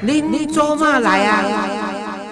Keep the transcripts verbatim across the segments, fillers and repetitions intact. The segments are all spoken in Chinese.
恁做嘛来啊？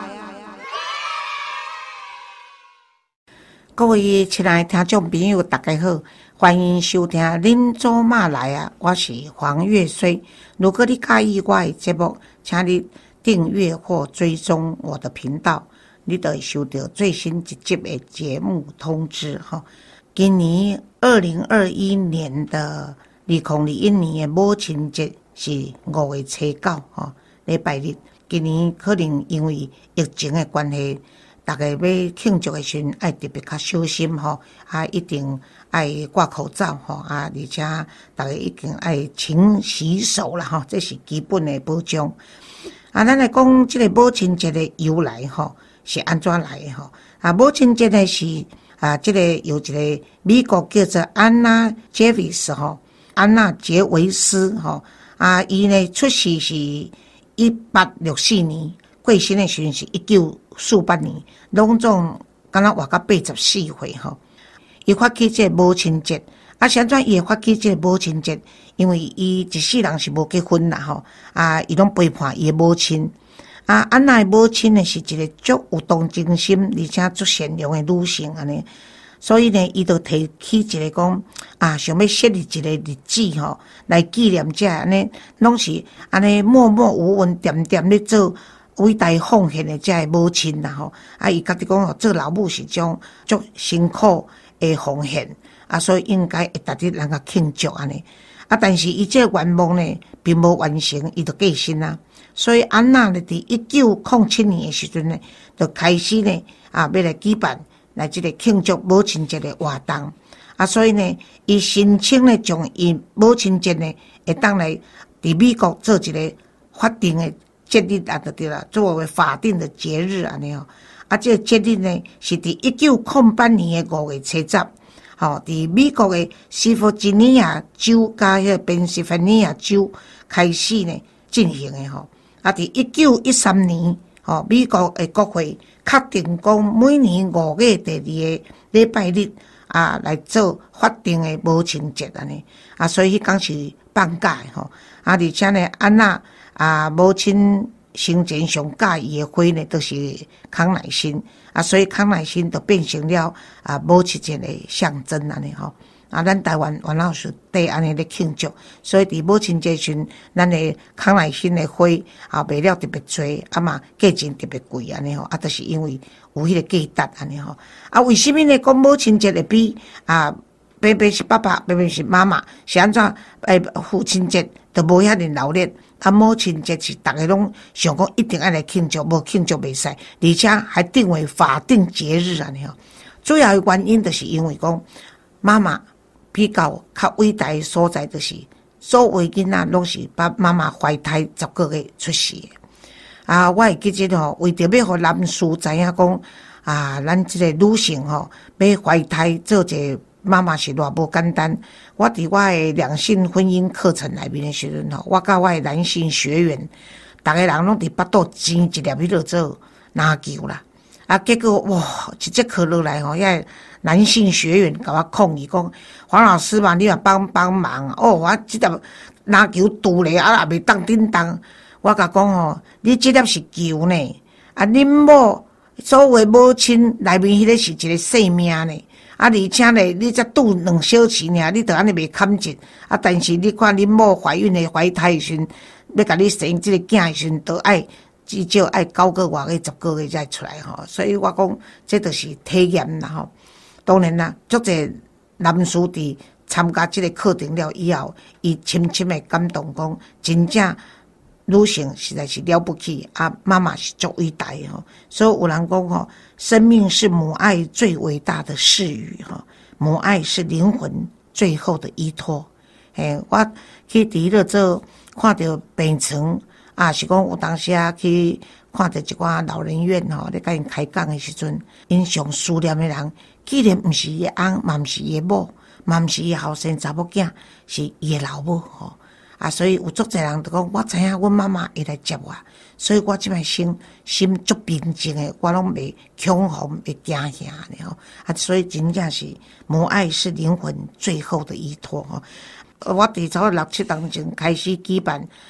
各位亲爱的听众朋友，大家好，欢迎收听《恁做嘛来啊》，我是黄月水。如果你介意我的节目，请你订阅或追踪我的频道，你就会收到最新一集的节目通知哈。今年二零二一年的二零二一年的母亲节是五月初九哈，礼拜日。今年可能因为疫情的关系，大家要庆祝的时候爱特别较小心吼，啊，一定爱挂口罩吼，啊，而且大家一定爱勤洗手啦吼，这是基本的保障。啊，咱来讲这个母亲节的由来吼，是安怎来的吼？啊，母亲节呢是啊，这个有一个美国叫做安娜杰维斯吼，安娜杰维斯吼，啊，伊呢出世是一八六四年，过身的时阵是一九四八年，拢总敢若活到八十四岁吼。伊发起这个母亲节，啊，啥怎伊会发起这个母亲节？因为伊一世人是无结婚啦吼，啊，伊拢背叛伊的母亲。啊，安娜的母亲呢是一个足有同情心，而且足善良的女性安尼。所以呢，伊就提起一个讲啊，想要设立一个日子吼，来纪念这安尼，拢是安尼默默无闻、点点咧做伟大奉献的这母亲啦吼。啊，伊家己讲吼，做老母是种足辛苦的奉献啊，所以应该会值得人家庆祝安尼。啊，但是伊这个愿望呢，并无完成，伊就过身啊。所以安娜呢，伫一九零七年的时阵呢，就开始呢啊，要来举办。来这个庆祝母亲节的活动啊，所以呢，伊申请呢，将伊母亲节呢，会当来伫美国做一个法定的节日啊，就对了，作为法定的节日安尼哦。啊，这个节日呢，是伫一九零八年的五月初十，吼，伫美国的西弗吉尼亚州加迄个宾夕法尼亚州开始呢进行的吼。啊，伫一九一三年，吼，美国的国会确定讲每年五月第二个礼拜日啊来做法定的母亲节安尼啊，所以迄天是放假吼啊，而且呢，安娜啊母亲生前上喜伊的花呢，都是康乃馨啊，所以康乃馨就变成了啊母亲节的象征安尼吼。啊，咱台湾原来是对安尼咧庆祝，所以伫母亲节时，咱的康乃馨的花啊卖了特别多，啊嘛价钱特别贵安尼吼，啊，就是因为有迄个价值安尼吼。啊，为什么呢？讲母亲节会比啊，偏偏是爸爸，偏偏是妈妈，是安怎？诶，父亲节都无遐尼热烈，啊，母亲节是大家拢想讲一定爱来庆祝，无庆祝袂使，而且还定为法定节日安尼吼。主要的原因就是因为讲妈妈。比较较伟大的所在，就是所有囡仔拢是把妈妈怀胎十个月出世的。啊，我会记得吼，为着要互男士知影讲啊，咱即个女性吼要怀胎做一个妈妈是偌无简单。我伫我的两性婚姻课程内面的时阵吼，我甲我的男性学员，逐个人拢伫巴肚钱一粒迄落做篮球啦。啊，结果哇，一节课落来吼，遐男性学员甲我抗议讲，黄老师嘛，你嘛帮帮忙哦！我即粒篮球拄咧，啊也袂当叮当。我甲讲吼，你即粒是球呢，啊，恁某所谓母亲内面迄个是一个生命呢，啊，而且呢，你才拄两小时尔，你着安尼袂堪折啊！但是你看恁某怀孕的怀胎时阵，要甲你生即个囝时阵，都爱。至少爱九个月、十个月才出来吼，所以我讲这就是体验啦吼。当然啦，足侪男士伫参加这个课程了以后，伊深深的感动讲，真正女性实在是了不起啊，妈妈是足伟大的吼。所以有人讲吼，生命是母爱最伟大的赐予吼，母爱是灵魂最后的依托。嘿，我去伫咧做看到病床。啊，是讲有当时啊去看到一寡老人院吼，咧甲因开讲的时阵，因上思念的人，既然毋是伊的翁，嘛毋是伊的某，嘛毋是伊后生查某囝，是伊的老母吼。啊，所以有足侪人就讲，我知影阮妈妈会来接我，所以我即摆心心足平静的，我拢袂恐慌，袂惊吓的吼。啊，所以真正是母爱是灵魂最后的依托吼。我伫早六七当前开始举办。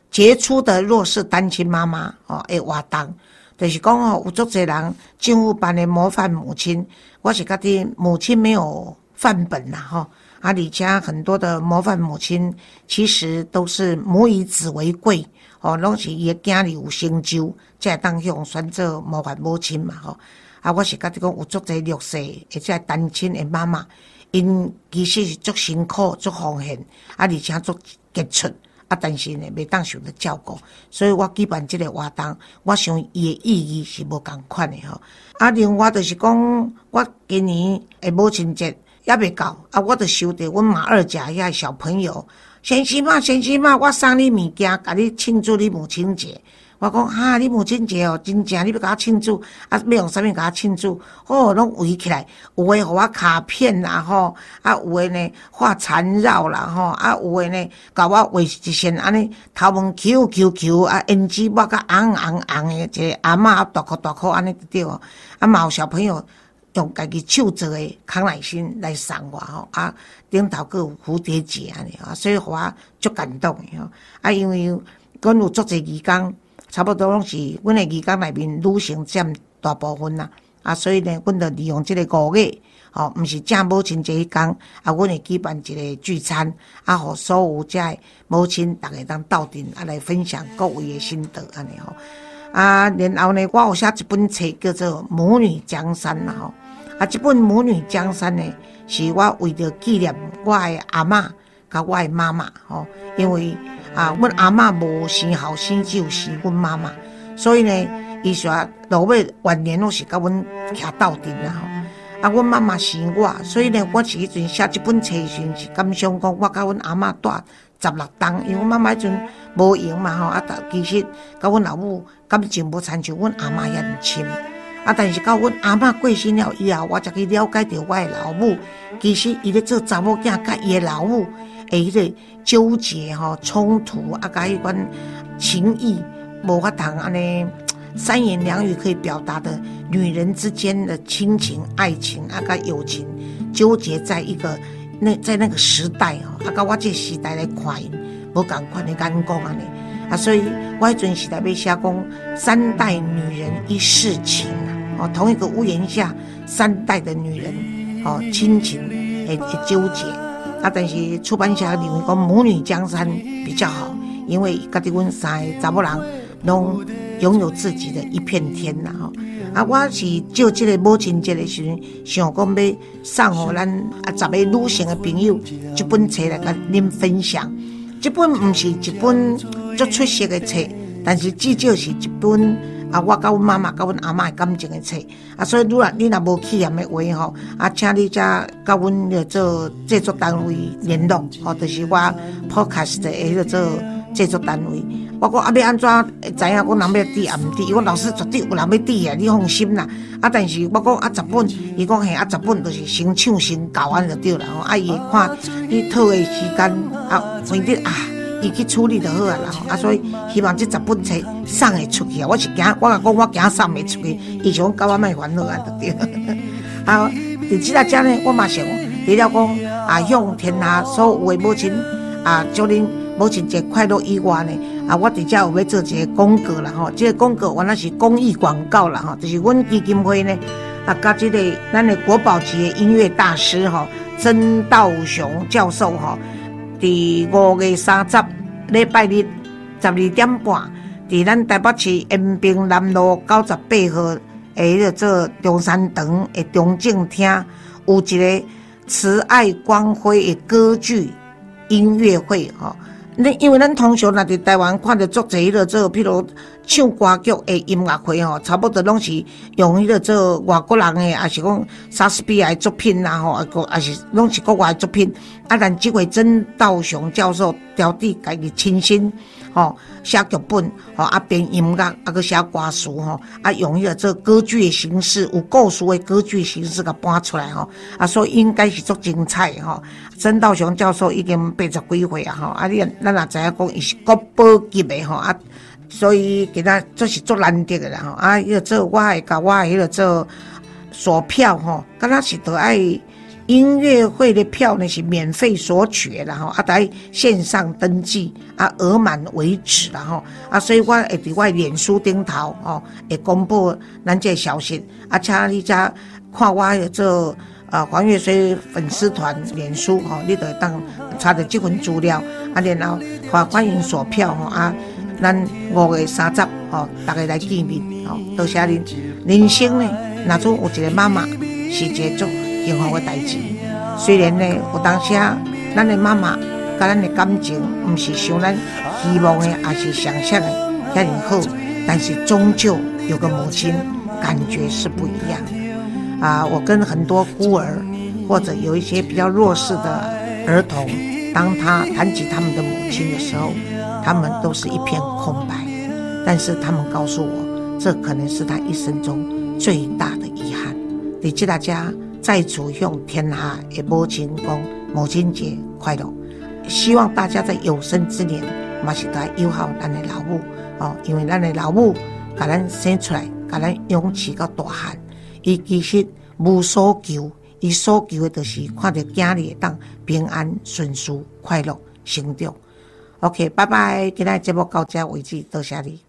杰出的弱势单亲妈妈哦的活动，就是讲哦，有足侪人政府办的模范母亲，我是觉得母亲没有范本啦吼，啊，而且很多的模范母亲其实都是母以子为贵哦，拢是伊的囝儿有成就，才会当向选做模范母亲嘛吼。啊，我是觉得讲有足侪弱势或者单亲的妈妈，因其实是足辛苦、足奉献，啊，而且足杰出。啊，但是呢，袂当受到照顾，所以我举办这个活动，我想伊的意义是无共款的吼。啊，另外就是讲，我今年的母亲节也未到，啊，我就收到阮马二甲遐小朋友，先生嘛，先生嘛，我送你物件，甲你庆祝你母亲节。我讲哈、啊，你母亲节哦，真正你要甲我庆祝，啊，要用啥物甲我庆祝？哦，拢围起来，有诶互我卡片啦吼，啊，有诶呢画缠绕啦吼，啊，有诶呢甲我画一身安尼头毛 Q Q Q， 啊，胭脂抹甲红红红诶，一个阿嬷大颗大颗安尼就对哦，啊，嘛有小朋友用家己手做诶康乃馨来送我吼，啊，顶头阁有蝴蝶结安尼啊，所以互我足感动诶吼，啊，因为阮有足侪义工。差不多拢是阮的义工内面女性占大部分啦，啊，所以呢，阮就利用这个五月，哦，毋是正母亲节迄天，啊，阮会举办一个聚餐，啊，互所有遮的母亲逐个当斗阵，啊，来分享各位的心得安尼吼。啊，然后呢，我有写一本册叫做《母女江山》啦吼，啊，这本《母女江山》呢，是我为着纪念我的阿嬷甲我的妈妈吼，因为。啊，阮阿嬷无生后生只有生阮妈妈，所以呢，伊说落尾晚年拢是甲阮徛斗阵啦吼。啊，阮妈妈生我，所以呢，我是迄阵写这本册时是感想讲，我甲阮阿嬷住十六栋，因为阮妈妈迄阵无闲嘛吼，啊，其实甲阮老母感情无亲像阮阿嬷遐尼亲。啊，但是到阮阿嬷过身了以后，我才去了解到我的老母，其实伊咧做查某囝甲伊的老母。诶，迄个纠结吼、冲突啊，甲迄款情谊，无法通安尼三言两语可以表达的女人之间的亲情、爱情啊，甲友情，纠结在一个那在那个时代吼，啊，甲我这个时代来看因，无共款的眼光安尼啊，所以我迄阵时代要写讲三代女人一世情啊，哦，同一个屋檐下，三代的女人哦，亲情会会纠结。啊，但是出版社认为讲母女江山比较好，因为家己阮三个查某人拢拥有自己的一片天啦吼。啊，我是就这个母亲节的时阵，想讲要送互咱啊十个女性的朋友这本册来甲恁分享。这本毋是一本足出色的册，但是至少是一本。啊，我甲阮妈妈、甲阮阿嬷的感情的册啊，所以如果你若无起念的话吼，啊，请你才甲阮个做制作单位联络，吼、哦，就是我 podcast 的迄个做制作单位。我讲啊，要安怎会知影讲人要滴啊毋滴？伊讲老师绝对有人要滴啊，你放心啦。啊，但是我讲啊十本，伊讲嘿啊十本就是先抢先教安就对啦。吼，啊伊会看你讨的时间啊，反正啊。伊去处理就好啊啦，啊，所以希望这十本册送会出去啊！我是惊，我讲我惊送袂出去，伊想教我莫烦恼啊，对不对？啊，伫即个遮呢，我嘛想，除了讲啊，向天下所有的母亲啊，祝恁母亲节快乐以外呢，啊，我伫遮有要做一个广告啦吼，这个广告原来是公益广告啦吼，就是阮基金会呢啊，甲这个咱的国宝级的音乐大师吼，曾道雄教授吼。伫五月三十礼拜日十二点半，伫咱台北市延平南路九十八号诶，迄个做中山堂诶中正厅有一个慈爱光辉的歌剧音乐会吼。那因为咱通常若伫台湾看到足侪迄个做，譬如唱歌剧的音乐会吼，差不多拢是用迄个做外国人的，还是讲莎士比亚的作品啦吼，还是拢是国外的作品。啊，但这位曾道雄教授调底家己亲身吼写剧本吼，啊编音乐，啊个写歌词吼，啊用迄个做歌剧的形式，有故事的歌剧形式甲搬出来吼，啊所以应该是足精彩吼。曾道雄教授已经八十几岁啊吼，啊你咱也知影讲伊是国宝级的吼啊。所以给他这是做难得的啦吼，啊，迄个做我会甲我迄个做锁票吼，敢若是都爱音乐会的票呢是免费索取的，然后啊在线上登记啊，额满为止，然后啊，所以我会伫我脸书顶头哦，会公布咱这消息，啊，请你家看我的这呃黄月水粉丝团脸书哦，你就会当查到这份资料，啊，然后欢欢迎锁票哦啊，咱五月三十哦，大家来见面哦，多谢恁。人生呢，若做有一个妈妈，是一个足幸福的代志。虽然呢，有当时啊，咱的妈妈甲咱的感情，毋是像咱希望的，也是想象的遐尼好，但是终究有个母亲，感觉是不一样的。啊，我跟很多孤儿或者有一些比较弱势的儿童，当他谈起他们的母亲的时候，他们都是一片空白。但是他们告诉我，这可能是他一生中最大的遗憾。你记大家在此向天下的母亲讲母亲节快乐，希望大家在有生之年嘛是来友好咱的老母哦，因为咱的老母把咱生出来，把咱养起到大汉，伊其实无所求，伊所求的就是看到囝儿会当平安顺遂、快乐成长。OK， 拜拜，今天节目到这为止，多谢你。